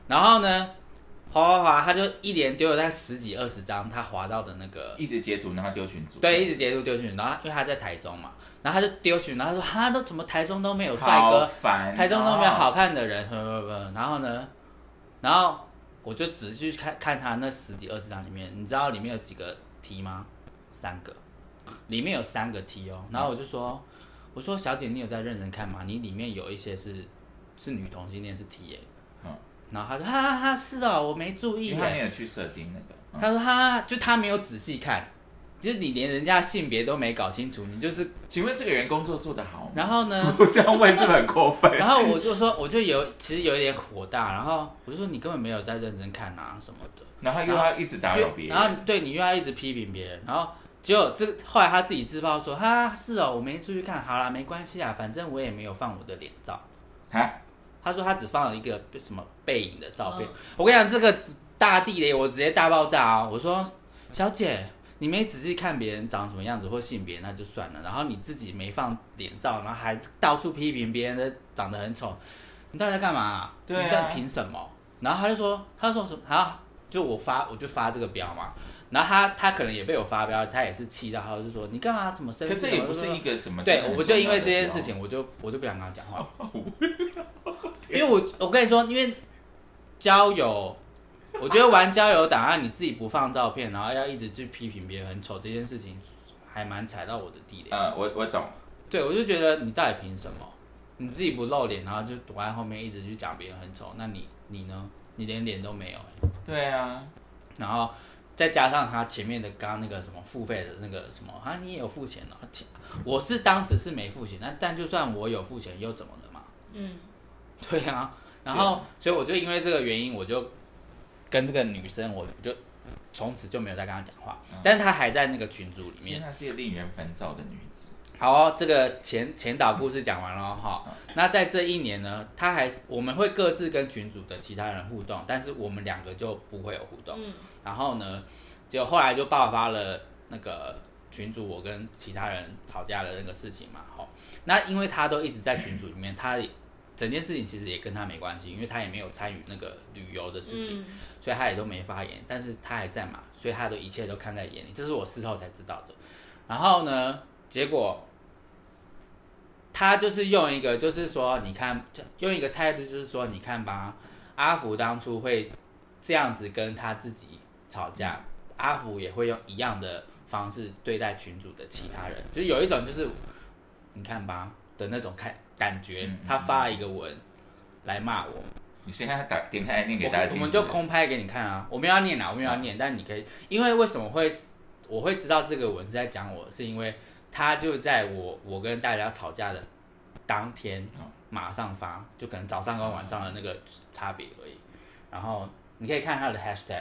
然后呢，滑，他就一连丢了大概10几20张他滑到的那个， 一直截图，然后丢群组。 对，一直截图丢群组，然后因为他在台中嘛，然后他就丢群，然后他说哈，都怎么台中都没有帅哥，台中都没有好看的人，然后呢，然后我就仔细去看他那10几20张里面，你知道里面有几个 T 吗？3个，里面有3个 T 哦。然后我就说，我说小姐，你有在认真看吗？你里面有一些是女同性恋是 T 耶。然后他说哈是哦，我没注意耶。 因为他没有去设定那个。 他说他没有仔细看。就是你连人家性别都没搞清楚，你就是。 请问这个人工作做得好吗？ 然后呢？ 我这样问是不是很过分？ 然后我就说，其实有一点火大，然后我就说你根本没有在认真看啊什么的。 然后又要一直打扰别人。 然后对你又要一直批评别人，然后结果后来他自己自爆说，是哦，我没注意看，好啦，没关系啊，反正我也没有放我的脸照。他说他只放了一个什么背影的照片。我跟你讲，这个大地雷我直接大爆炸啊！我说小姐。你没仔细看别人长什么样子或性别那就算了，然后你自己没放脸照，然后还到处批评别人的长得很丑，你到底在干嘛？ 对啊， 你在凭什么？然后他就说什么？然后我就发这个标嘛，然后他可能也被我发标，他也是气到，他就说你干嘛什么生气？ 可这也不是一个什么对，我就因为这件事情，我就不想跟他讲话，因为我跟你说，因为交友。我觉得玩交友档案，你自己不放照片，然后要一直去批评别人很丑这件事情，还蛮踩到我的地雷。 我懂。 对，我就觉得你到底凭什么？你自己不露脸，然后就躲在后面一直去讲别人很丑，那你呢？你连脸都没有对啊。 然后再加上他前面的刚刚那个什么付费的那个什么，你也有付钱了。我是当时是没付钱，但就算我有付钱又怎么了嘛？对啊。然后所以我就因为这个原因，我就。跟这个女生，我就从此就没有再跟她讲话，但是她还在那个群组里面。 她是一个令人烦躁的女子。 好这个前导故事讲完了哈。那在这一年呢，我们会各自跟群组的其他人互动，但是我们2个就不会有互动。然后呢，结果后来就爆发了那个群组我跟其他人吵架的那个事情嘛。那因为他都一直在群组里面，他整件事情其实也跟他没关系，因为他也没有参与那个旅游的事情，所以他也都没发言。但是他还在嘛，所以他的一切都看在眼里，这是我事后才知道的。然后呢，结果他就是用一个，就是说，你看，用一个态度，就是说，你看吧，阿福当初会这样子跟他自己吵架，阿福也会用一样的方式对待群组的其他人，就是有一种就是你看吧的那种感觉。他发了一个文来骂我， 你现在点开来念给大家听。 我们就空拍给你看啊，我没有要念啊，我没有要念，但你可以，因为为什么我会知道这个文是在讲我，是因为他就在我跟大家吵架的当天马上发，就可能早上跟晚上的那个差别而已。然后你可以看他的 hashtag。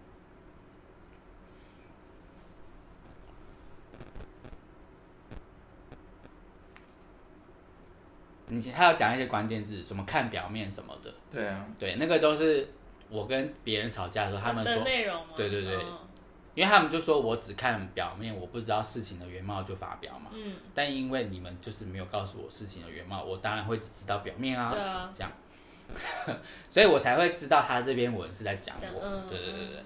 你还要讲一些关键字，什么看表面什么的。 对啊， 对，那个都是我跟别人吵架的时候，他们说的内容吗？ 对对对，因为他们就说我只看表面，我不知道事情的原貌就发表嘛。但因为你们就是没有告诉我事情的原貌，我当然会只知道表面啊。 对啊， 这样，所以我才会知道他这篇文是在讲我。对对对对。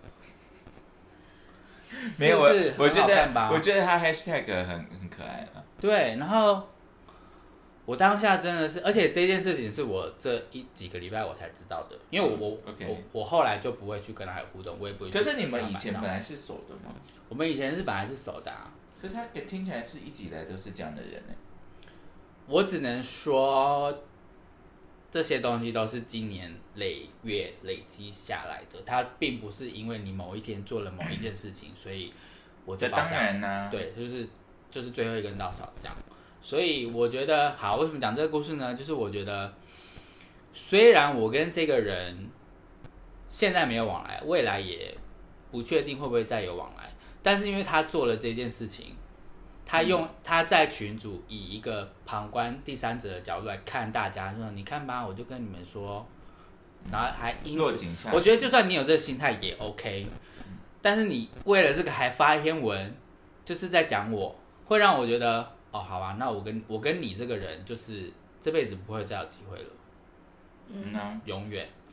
没有，我觉得他 hashtag 很可爱啊。 对，然后。我当下真的是，而且这件事情是我这几个礼拜我才知道的，因为我后来就不会去跟他有互动，我也不会去。 可是你们以前本来是熟的吗？ 我们以前本来是熟的啊。 可是他听起来是一直以来都是这样的人呢。 我只能说，这些东西都是今年累积下来的，它并不是因为你某一天做了某一件事情，所以我就爆炸。 当然啦， 对，就是最后一根稻草这样。所以我觉得好，为什么讲这个故事呢？就是我觉得，虽然我跟这个人现在没有往来，未来也不确定会不会再有往来，但是因为他做了这件事情，他在群组以一个旁观第三者的角度来看大家，说你看吧，我就跟你们说，然后还因此，我觉得就算你有这个心态也 OK，但是你为了这个还发一篇文，就是在讲我，会让我觉得。哦，好吧，那我跟你这个人就是这辈子不会再有机会了，永远，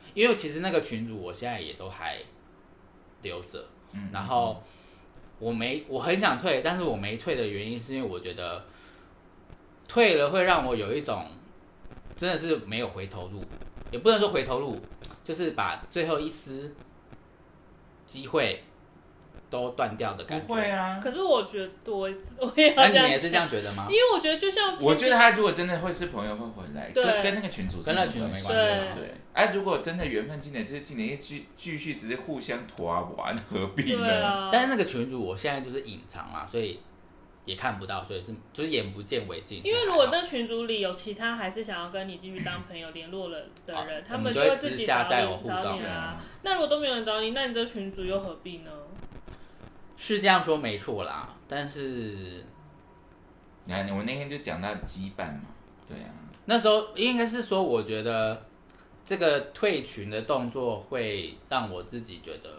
因为其实那个群组我现在也都还留着，然后我很想退，但是我没退的原因是因为我觉得退了会让我有一种真的是没有回头路，也不能说回头路，就是把最后一丝机会都断掉的感觉。 不会啊， 可是我觉得我也要这样。 那你也是这样觉得吗？ 因为我觉得就像我觉得他如果真的会是朋友会回来，跟那个群主跟那群主没关系。 对，哎，如果真的缘分进来就是进来，继续只是互相拖玩，何必呢？ 对啊。 但是那个群主我现在就是隐藏嘛，所以也看不到，所以就是眼不见为净。 因为如果那群组里有其他还是想要跟你继续当朋友联络了的人，他们就会自己找你啊。那如果都没有人找你，那你这群组又何必呢？ 是这样说没错啦，但是你看我那天就讲到羁绊嘛，对啊， 那时候应该是说，我觉得这个退群的动作会让我自己觉得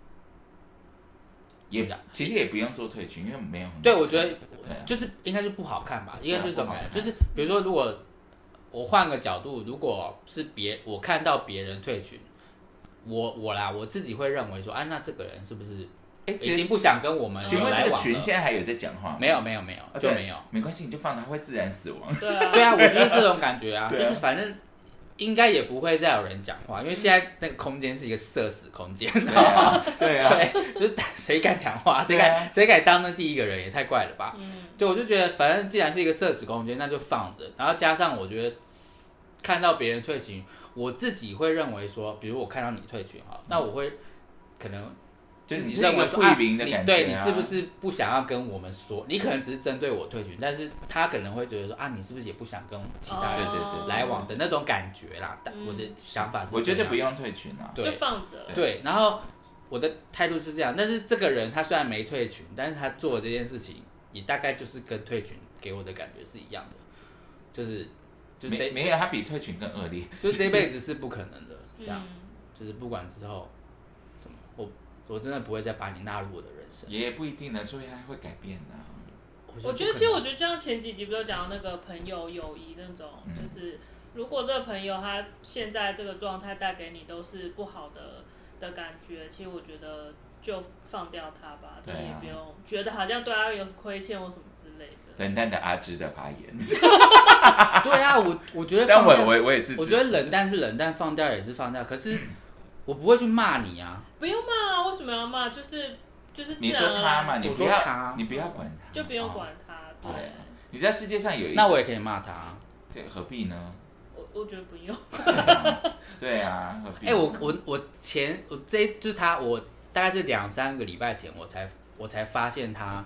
其实也不用做退群，因为没有很对，我觉得就是应该是不好看吧，应该就是这种感觉，就是比如说，如果我换个角度，如果是我看到别人退群，我自己会认为说，啊，那这个人是不是已经不想跟我们有来往了？ 请问这个群现在还有在讲话吗？ 没有，就没有， 没关系，你就放他会自然死亡。 对啊，我就是这种感觉啊，就是反正应该也不会再有人讲话，因为现在那个空间是一个社死空间， 对啊， 对，就是谁敢讲话，谁敢当那第一个人，也太怪了吧？对，我就觉得反正既然是一个社死空间，那就放着，然后加上我觉得看到别人退群，我自己会认为说，比如我看到你退群哈，那我会可能。 就是你是一个退兵的感觉， 对，你是不是不想要跟我们说？你可能只是针对我退群，但是他可能会觉得说啊，你是不是也不想跟其他人来往的那种感觉啦？我的想法是， 我觉得不用退群啊， 就放着。 对，然后我的态度是这样，但是这个人他虽然没退群，但是他做的这件事情也大概就是跟退群给我的感觉是一样的，就是没有他比退群更恶劣， 就是这辈子是不可能的，这样就是不管之后怎么我真的不会再把你纳入我的人生， 也不一定呢，所以他会改变的。 我觉得就像前几集不是讲到那个朋友友谊那种，就是如果这个朋友他现在这个状态带给你都是不好的感觉，其实我觉得就放掉他吧，对，也不用觉得好像对他有亏欠或什么之类的。 冷淡的阿芝的发言。 对啊，我觉得， 但我也是， 我觉得冷淡是冷淡，放掉也是放掉，可是我不会去骂你啊。 不用骂啊，为什么要骂？就是你说他嘛，你不要管他， 就不用管他。对， 你知道世界上有一那我也可以骂他， 对，何必呢？ 我觉得不用。 对啊，何必？ 我就是他，我大概是2-3个礼拜前我才发现他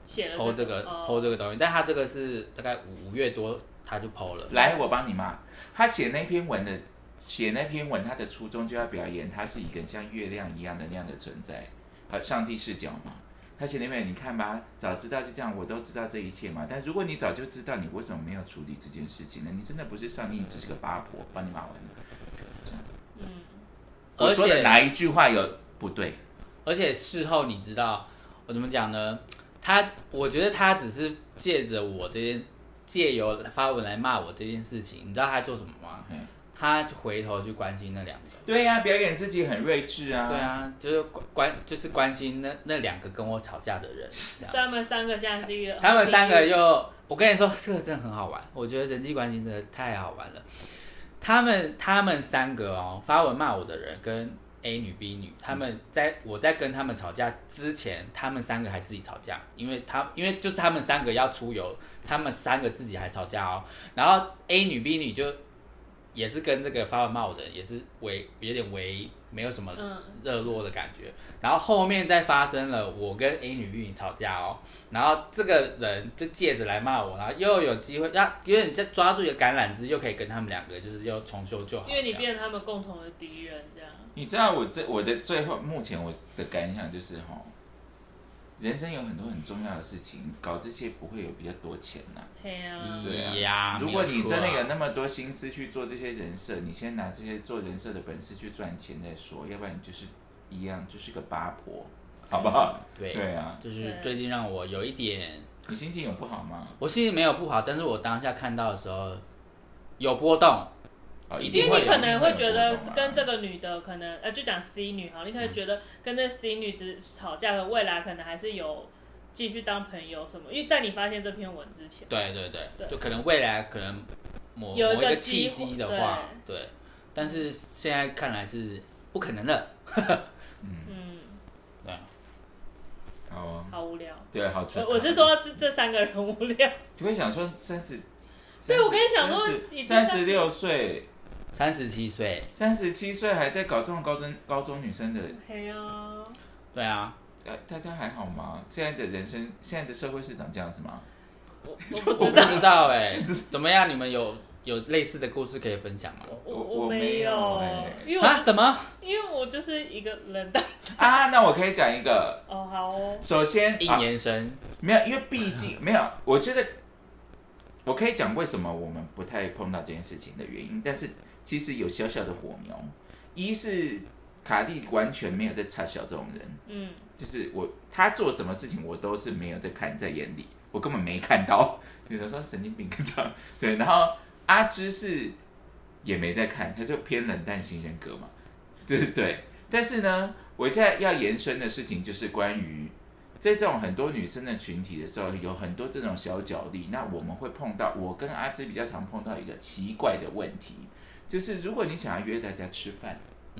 PO 这个东西，但他这个是大概5月多他就 PO 了。 来，我帮你骂他写那篇文，他的初衷就要表演他是一个像月亮一样的那样的存在，上帝视角嘛。他写那篇，你看吧，早知道就这样，我都知道这一切嘛。但如果你早就知道，你为什么没有处理这件事情呢？你真的不是上帝，你只是个八婆。帮你骂完了。我说的哪一句话有不对？ 而且事后你知道我怎么讲呢？我觉得他只是借由发文来骂我这件事情，你知道他做什么吗？他回头去关心那2个。 对呀，表演自己很睿智啊。 对啊，就是关心那2个跟我吵架的人。所以他们3个现在是一个。 他们3个我跟你说，这个真的很好玩。我觉得人际关系真的太好玩了。他们3个发文骂我的人跟 A 女 B 女，我在跟他们吵架之前，他们3个还自己吵架，因为就是他们3个要出游，他们3个自己还吵架然后 A 女 B 女就也是跟这个发文骂我的人也是有点没有什么热络的感觉，然后后面再发生了我跟 A 女 B 女吵架然后这个人就借着来骂我，然后又有机会有点在抓住一个橄榄枝，又可以跟他们2个就是又重修旧好， 因为你变成他们共同的敌人这样。 你知道我的最后目前我的感想就是人生有很多很重要的事情，搞这些不会有比较多钱呐。 对啊，如果你真的有那么多心思去做这些人设，你先拿这些做人设的本事去赚钱再说，要不然你就是一样，就是个八婆，好不好？对啊， 就是最近让我有一点。 你心情有不好吗？ 我心情没有不好，但是我当下看到的时候有波动， 一定会， 因为你可能会觉得跟这个女的可能就讲 C 女好，你可能觉得跟这 C 女子吵架的未来可能还是有继续当朋友什么，因为在你发现这篇文之前， 对，就可能未来可能某一个契机的话，对，但是现在看来是不可能的。对， 好无聊。 对，好蠢。 我是说这3个人无聊。 就会想说对，我跟你讲说 ，36岁。 37岁 ，37岁还在搞这种高中女生的， 对啊， 大家还好吗？现在的人生，现在的社会是长这样子吗？ 我不知道怎么样？你们有类似的故事可以分享吗？ 我没有因为什么？ 因为我就是一个人的那我可以讲一个好哦。 首先， 应延伸没有，因为毕竟没有，我觉得我可以讲为什么我们不太碰到这件事情的原因，但是。其实有小小的火苗，一是卡莉完全没有在插小这种人，就是他做什么事情我都是没有在看在眼里，我根本没看到，有人说神经病这样，对，然后阿芝是也没在看，他就偏冷淡型人格嘛，对，但是呢，我在要延伸的事情就是关于在这种很多女生的群体的时候，有很多这种小角力，那我们会碰到，我跟阿芝比较常碰到一个奇怪的问题。就是如果你想要约大家吃饭，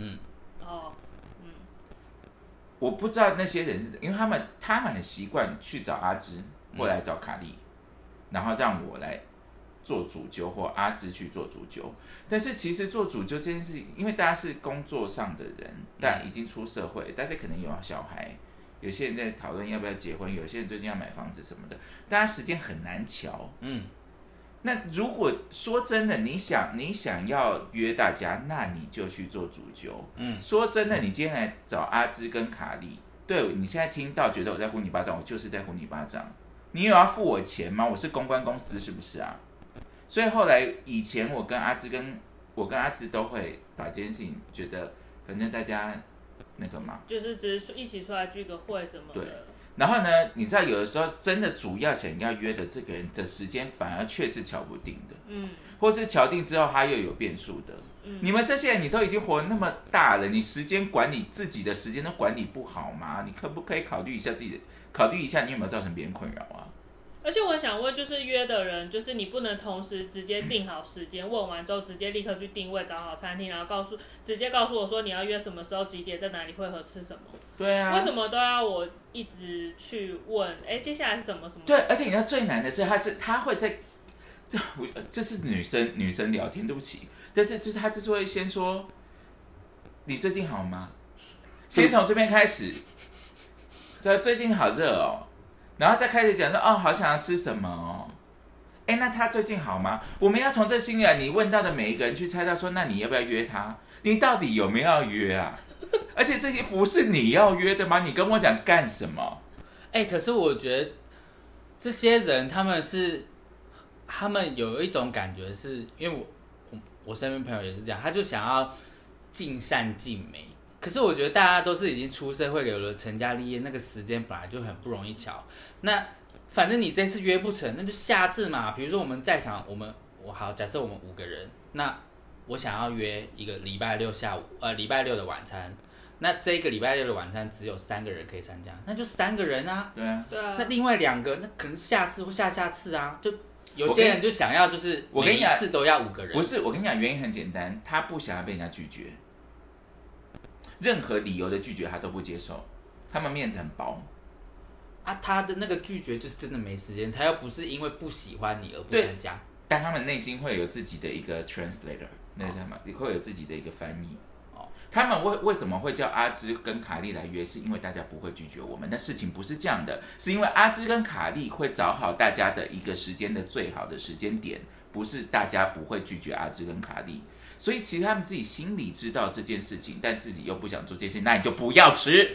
我不知道那些人是，因为他们很习惯去找阿芝或来找卡莉，然后让我来做主揪或阿芝去做主揪。但是其实做主揪这件事情，因为大家是工作上的人，大家已经出社会，大家可能有小孩，有些人在讨论要不要结婚，有些人最近要买房子什么的，大家时间很难瞧。那如果说真的，你想要约大家，那你就去做主揪。说真的，你今天来找阿芝跟卡莉，对你现在听到觉得我在呼你巴掌，我就是在呼你巴掌。你有要付我钱吗？我是公关公司是不是啊？所以后来以前我跟阿芝都会把这件事情觉得，反正大家那个嘛， 就是只是一起出来聚个会什么的。 对。然后呢，你知道有的时候真的主要想要约的这个人的时间反而却是瞧不定的，或是瞧定之后他又有变数的。你们这些人，你都已经活那么大了，你时间管理自己的时间都管理不好吗？你可不可以考虑一下你有没有造成别人困扰啊？ 而且我想问，就是约的人，就是你不能同时直接定好时间，问完之后直接立刻去定位，找好餐厅，然后直接告诉我说你要约什么时候几点，在哪里会合，吃什么。 对啊， 为什么都要我一直去问？接下来是什么？ 对，而且你知道最难的是，他会在这是女生聊天，对不起，但是就是他就是会先说你最近好吗？先从这边开始，最近好热哦。然后再开始讲说好想要吃什么哦，那他最近好吗？我们要从这心里来，你问到的每一个人去猜到说，那你要不要约他？你到底有没有要约啊？而且这些不是你要约的吗？你跟我讲干什么？ 可是我觉得这些人他们有一种感觉是，因为我身边朋友也是这样，他就想要尽善尽美。可是我觉得大家都是已经出社会，有了成家立业，那个时间本来就很不容易瞧。那反正你这次约不成，那就下次嘛。比如说我们在场，假设我们5个人，那我想要约一个礼拜六的晚餐，那这个礼拜六的晚餐只有3个人可以参加，那就3个人啊。 对啊。 那另外2个，那可能下次或下下次啊，就有些人就想要就是每一次都要5个人。 不是，我跟你讲，原因很简单，他不想要被人家拒绝。任何理由的拒绝他都不接受，他们面子很薄啊。他的那个拒绝就是真的没时间，他又不是因为不喜欢你而不参加。 但他们内心会有自己的一个 translator， 那是什么？也会有自己的一个翻译。他们为什么会叫阿芝跟卡莉来约？是因为大家不会拒绝我们。但事情不是这样的，是因为阿芝跟卡莉会找好大家的一个时间的最好的时间点，不是大家不会拒绝阿芝跟卡莉。所以其实他们自己心里知道这件事情，但自己又不想做这件事情，那你就不要吃。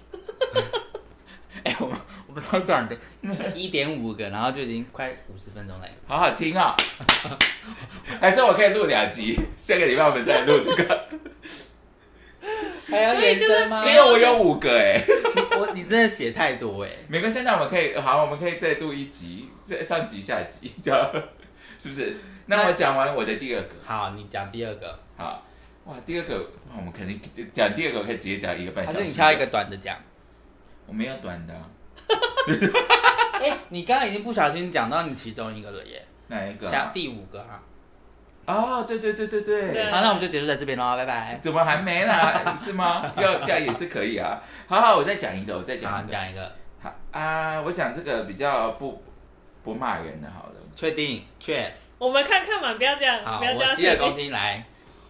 我们都这样的1.5个，然后就已经快50分钟了。 好好听啊！还是我可以录2集，下个礼拜我们再来录这个。 还要延伸吗？ 因为我有5个你真的写太多没关系，那我们可以再录1集，上集下集就。 是不是？那我讲完我的第二个。 好，你讲第二个。 好，哇，第二个，哇，我们肯定讲第二个，我可以直接讲1个半小时。 还是你挑一个短的讲？ 我没有短的。 你刚刚已经不小心讲到你其中一个了耶。 哪一个？ 像第5个哈。 哦，对。 好，那我们就结束在这边喽，拜拜。 怎么还没啦？是吗？要这样也是可以啊。好，我再讲一个， 好，你讲一个。 好啊，我讲这个比较不骂人的，好了。 确定？ 我们看看嘛，不要这样，不要这样。 我洗耳恭听来。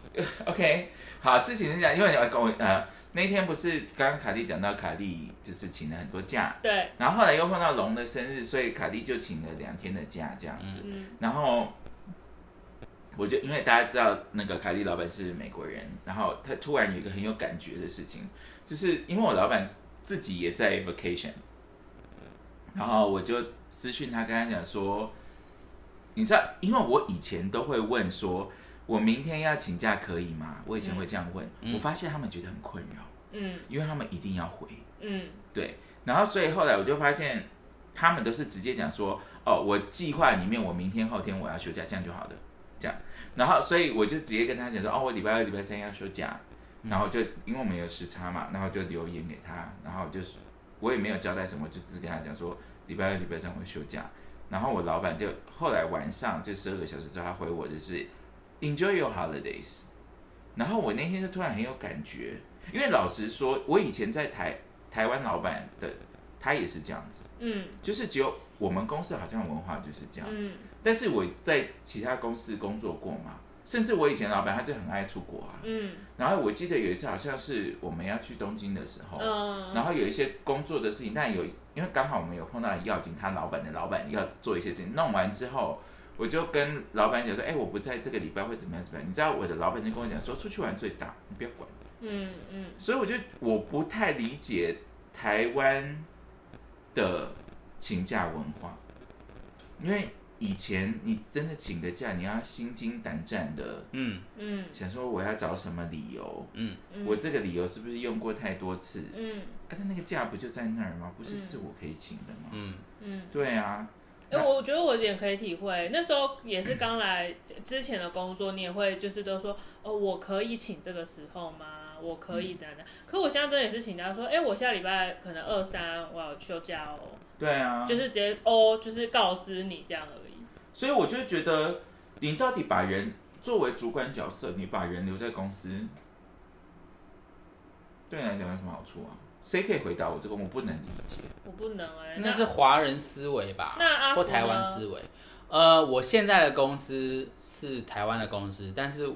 OK， 好，事情是这样，因为那天不是刚刚卡莉讲到卡莉就是请了很多假， 对， 然后后来又碰到龙的生日，所以卡莉就请了2天的假这样子，然后我就因为大家知道那个卡莉老板是美国人，然后他突然有一个很有感觉的事情，就是因为我老板自己也在 vacation， 然后我就私讯他跟他讲说，你知道，因为我以前都会问说，我明天要请假可以吗？我以前会这样问，我发现他们觉得很困扰，因为他们一定要回，对，然后所以后来我就发现，他们都是直接讲说，哦，我计划里面我明天后天我要休假，这样就好了，这样，然后所以我就直接跟他讲说，哦，我礼拜2、礼拜3要休假，然后就因为我们有时差嘛，然后就留言给他，然后就是我也没有交代什么，就只是跟他讲说，礼拜2、礼拜3我会休假。然后我老板就后来晚上就12个小时之后，他回我就是 Enjoy your holidays。然后我那天就突然很有感觉，因为老实说，我以前在台湾老板的他也是这样子，就是只有我们公司好像文化就是这样，但是我在其他公司工作过嘛，甚至我以前老板他就很爱出国啊，然后我记得有一次好像是我们要去东京的时候，然后有一些工作的事情，但因为刚好我们有碰到要紧，他老板的老板要做一些事情，弄完之后，我就跟老板讲说，我不在这个礼拜会怎么样怎么样，你知道我的老板就跟我讲说，出去玩最大，你不要管，所以我不太理解台湾的请假文化，因为以前你真的请个假，你要心惊胆战的，想说我要找什么理由，我这个理由是不是用过太多次，但那个假不就在那儿吗？不是我可以请的吗？对啊。 我觉得我有点可以体会，那时候也是刚来之前的工作，你也会就是都说，哦，我可以请这个时候吗？我可以怎样？可我现在真的也是请假说，我下礼拜可能2、3我要休假哦。对啊，就是直接就是告知你这样而已。 所以我就觉得，你到底把人作为主管角色，你把人留在公司，对你来讲有什么好处啊？谁可以回答我这个？我不能理解。 我不能那是华人思维吧？ 那或台湾思维？我现在的公司是台湾的公司，但是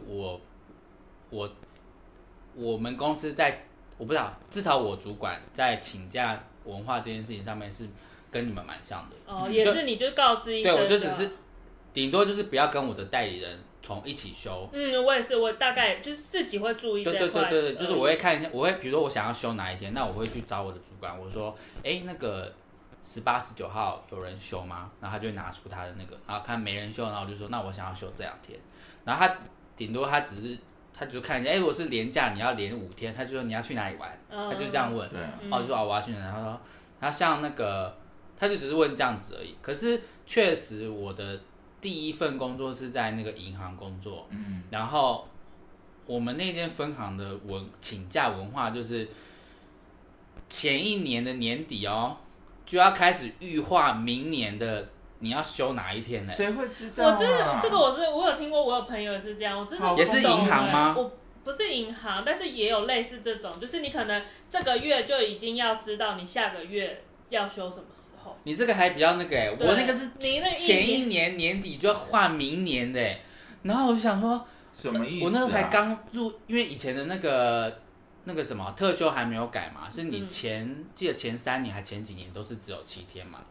我们公司我不知道，至少我主管在请假文化这件事情上面是跟你们蛮像的。 也是你就告知一声。 对，我就只是顶多就是不要跟我的代理人一起休。 我也是，我大概就是自己会注意这一块。 对，就是我会看一下，比如说我想要休哪一天，那我会去找我的主管，我说，那个18、19号有人休吗？然后他就会拿出他的那个，然后看没人休，然后我就说，那我想要休这2天。然后他顶多他就看一下，如果是连假你要连5天，他就说你要去哪里玩，他就这样问。我就说我要去哪里，他说他像那个，他就只是问这样子而已。可是确实我的第1份工作是在那个银行工作，然后我们那间分行的请假文化就是前一年的年底就要开始预划明年的你要休哪一天呢？ 谁会知道啊？ 我有听过，我有朋友也是这样，我真的也是银行吗？ 我不是银行，但是也有类似这种，就是你可能这个月就已经要知道你下个月要休什么时候。 你这个还比较那个我那个是前一年年底就要换明年的然后我就想说什么意思？ 我那时候才刚入，因为以前的那个什么特休还没有改嘛，是你记得前3年还前几年都是只有7天嘛，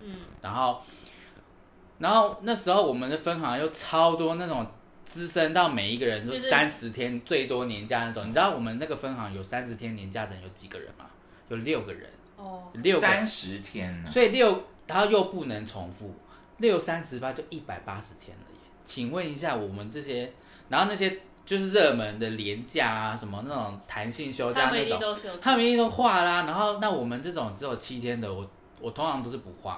然后那时候我们的分行又超多那种资深到每一个人就30天最多年假那种，你知道我们那个分行有30天年假的人有几个人吗？有6个人，6个 30天呢， 所以然后又不能重复，6、38就180天了耶。请问一下我们这些，然后那些就是热门的连假啊，什么那种弹性休假那种，他们一定都画啦。然后那我们这种只有7天的，我通常都是不画，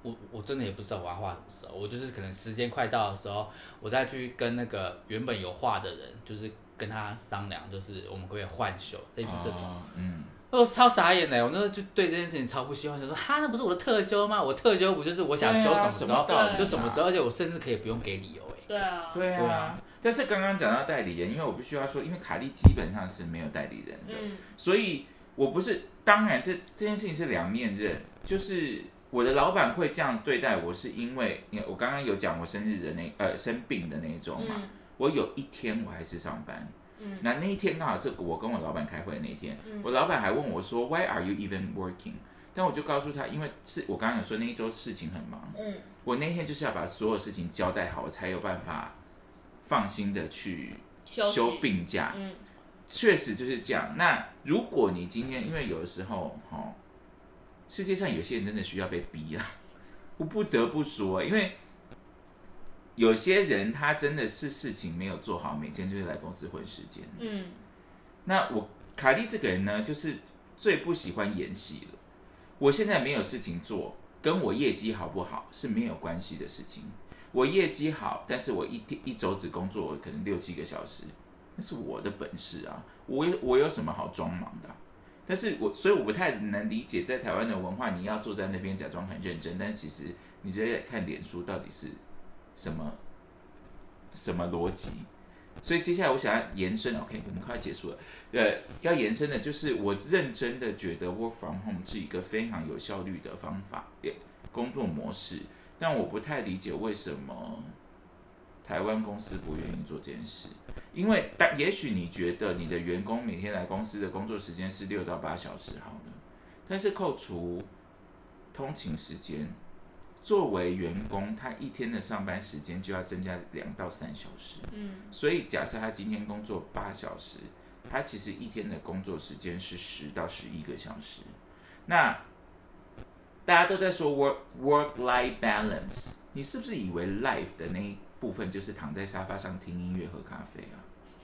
我真的也不知道我要画什么时候，我就是可能时间快到的时候，我再去跟那个原本有画的人，就是跟他商量，就是我们可不可以换修，类似这种。我超傻眼的，我那时候就对这件事情超不喜欢，就说哈，那不是我的特休吗？我特休不就是我想休什么时候就什么时候，而且我甚至可以不用给理由对啊。但是刚刚讲到代理人，因为我必须要说，因为卡利基本上是没有代理人的，所以我不是，当然这件事情是两面刃，就是我的老板会这样对待我，是因为我刚刚有讲我生日的生病的那一周嘛，我有一天我还是上班。那一天刚好是我跟我老板开会的那一天，我老板还问我说 Why are you even working？ 但我就告诉他，因为是我刚刚有说那一周事情很忙，我那天就是要把所有事情交代好，我才有办法放心的去休病假。确实就是这样。那如果你今天，因为有的时候世界上有些人真的需要被逼啊，我不得不说，因为有些人他真的是事情没有做好，每天就是来公司混时间。那我卡利这个人呢，就是最不喜欢演戏了。我现在没有事情做，跟我业绩好不好是没有关系的事情。我业绩好，但是我一周只工作可能6-7个小时，那是我的本事啊，我有什么好装忙的但是所以我不太能理解，在台湾的文化，你要坐在那边假装很认真，但其实你就在看脸书到底是什么逻辑。所以接下来我想要延伸 ，OK， 我们快结束了。要延伸的就是我认真的觉得 Work from Home 是一个非常有效率的方法，工作模式。但我不太理解为什么台湾公司不愿意做这件事。因为也许你觉得你的员工每天来公司的工作时间是6到8小时好了，但是扣除通勤时间，作为员工，他一天的上班时间就要增加2到3小时。所以假设他今天工作8小时，他其实一天的工作时间是10到11个小时。那大家都在说 work-life balance， 你是不是以为 life 的那一部分就是躺在沙发上听音乐喝咖啡啊？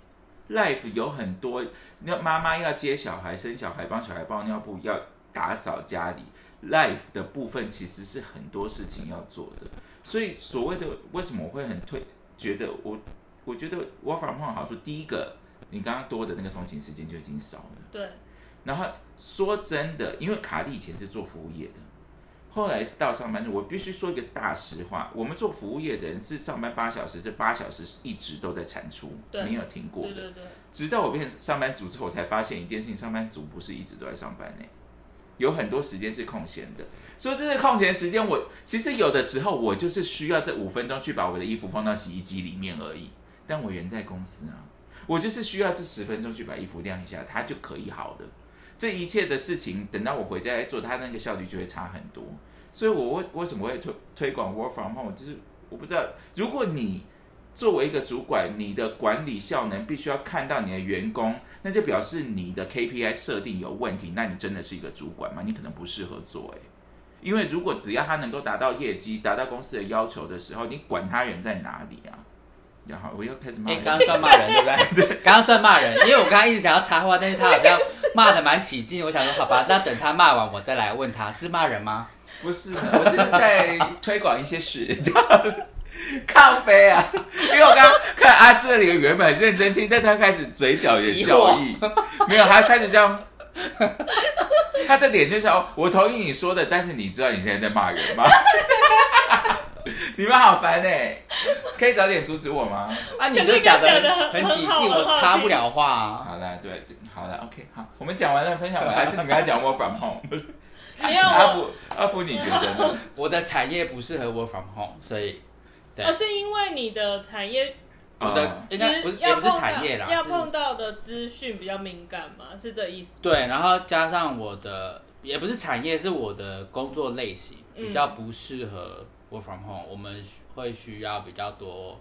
life 有很多，妈妈要接小孩、生小孩、帮小孩包尿布、要打扫家里。life 的部分其实是很多事情要做的，所以所谓的为什么我会觉得我觉得 work from home 好处，第一个，你刚刚多的那个通勤时间就已经少了。 对。 然后说真的，因为卡利以前是做服务业的，后来到上班族，我必须说一个大实话，我们做服务业的人是上班8小时，这8小时一直都在产出，没有停过的。 对。 直到我变成上班族之后，我才发现一件事情：上班族不是一直都在上班呢。有很多时间是空闲的，所以这是空闲时间。我其实有的时候我就是需要这5分钟去把我的衣服放到洗衣机里面而已，但我人在公司啊，我就是需要这10分钟去把衣服晾一下，它就可以好的。这一切的事情等到我回家来做，它那个效率就会差很多。所以我为什么会推广 Work from Home， 就是我不知道，如果你作为一个主管，你的管理效能必须要看到你的员工，那就表示你的 KPI 设定有问题，那你真的是一个主管吗？你可能不适合做因为如果只要他能够达到业绩、达到公司的要求的时候，你管他人在哪里啊？然后我又开始骂人。 刚刚算骂人对不对？对，刚刚算骂人，因为我刚刚一直想要插话，但是他好像骂得蛮起劲，我想说好吧，那等他骂完我再来问他是骂人吗？ 不是，我只是在推广一些事，靠背啊！因为我刚刚看阿这里原本很认真听，但他开始嘴角有笑意，没有，他开始这样，他的脸就像我同意你说的，但是你知道你现在在骂人吗？你们好烦可以早点阻止我吗？ 你就讲得很起劲，我插不了话啊。 好了，对，好了 ，OK， 好，我们讲完了，分享完，还是你们要讲 Work from Home？阿福，你觉得呢？ 我的产业不适合 Work from Home， 所以， 是因为你的产业， 我的应该也不是产业啦， 要碰到的资讯比较敏感嘛，是这意思？ 对，然后加上我的也不是产业，是我的工作类型比较不适合 Work from Home， 我们会需要比较多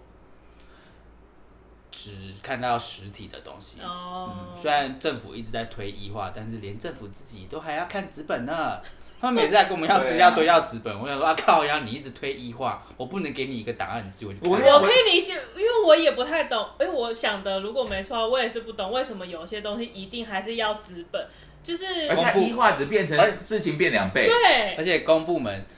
只看到实体的东西。虽然政府一直在推医化，但是连政府自己都还要看纸本呢。他们每次在跟我们要资料都要纸本，我想说靠呀，你一直推医化，我不能给你一个档案，你自己去看。 我可以理解，因为我也不太懂。我想的如果没错，我也是不懂为什么有些东西一定还是要纸本，就是而且医化只变成事情变2倍。 对， 而且公部门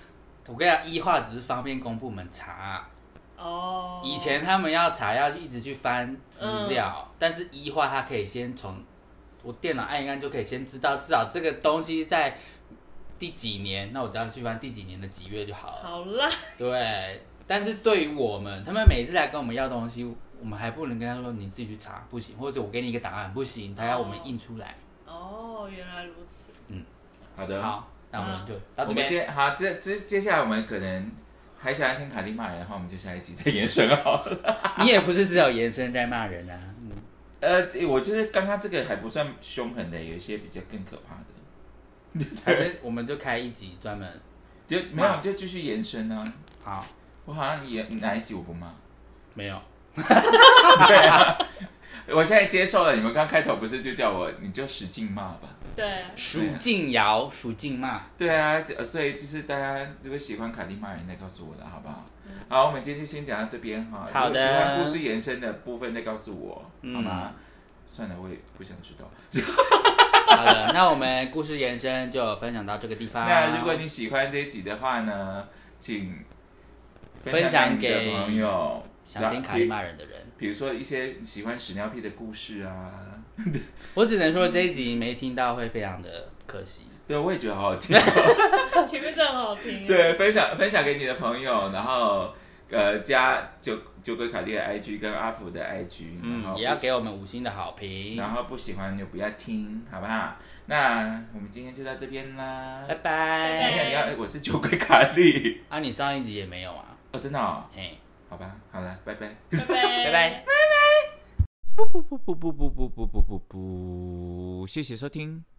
我跟你讲，医化只是方便公部门查。以前他们要查要一直去翻资料，但是医化它可以先从我电脑按一按就可以先知道，至少这个东西在第几年，那我只要去翻第几年的几月就好了。 好啦。 对，但是对于我们，他们每次来跟我们要东西，我们还不能跟他说你自己去查，不行，或者我给你一个档案，不行，他要我们印出来。 原来如此。 好的。 好，那我们就到这边。 接下来我们可能还想要听卡莉骂人的话，我们就下一集再延伸好了。 你也不是只有延伸在骂人啊。 我就是刚刚这个还不算凶狠的，有一些比较更可怕的。 还是我们就开一集专门， 没有就继续延伸啊。 好， 我好像哪一集我不骂？ 没有。 对啊，我现在接受了。你们刚开头不是就叫我你就使劲骂吧？ 对， 数劲摇，数劲骂。 对啊，所以就是大家如果喜欢卡莉骂人，再告诉我的好不好？好，我们今天就先讲到这边哈。 好的。 如果喜欢故事延伸的部分，再告诉我，好吗？算了，我也不想知道。 好的，那我们故事延伸就分享到这个地方。 那如果你喜欢这一集的话呢，请分享给你的朋友， 想听卡莉骂人的人。 比如说一些喜欢屎尿屁的故事啊。 我只能说这一集没听到会非常的可惜。 对，我也觉得好好听。 前面真的很好听。 对，分享给你的朋友，然后加酒鬼卡莉的 IG 跟阿福的 IG， 然后也要给我们5星的好评。 然后不喜欢就不要听，好不好？那我们今天就到这边啦， 拜拜。 我是酒鬼卡莉啊，你上一集也没有啊？ 真的哦。好吧，好了，拜拜，拜拜。不，谢谢收听。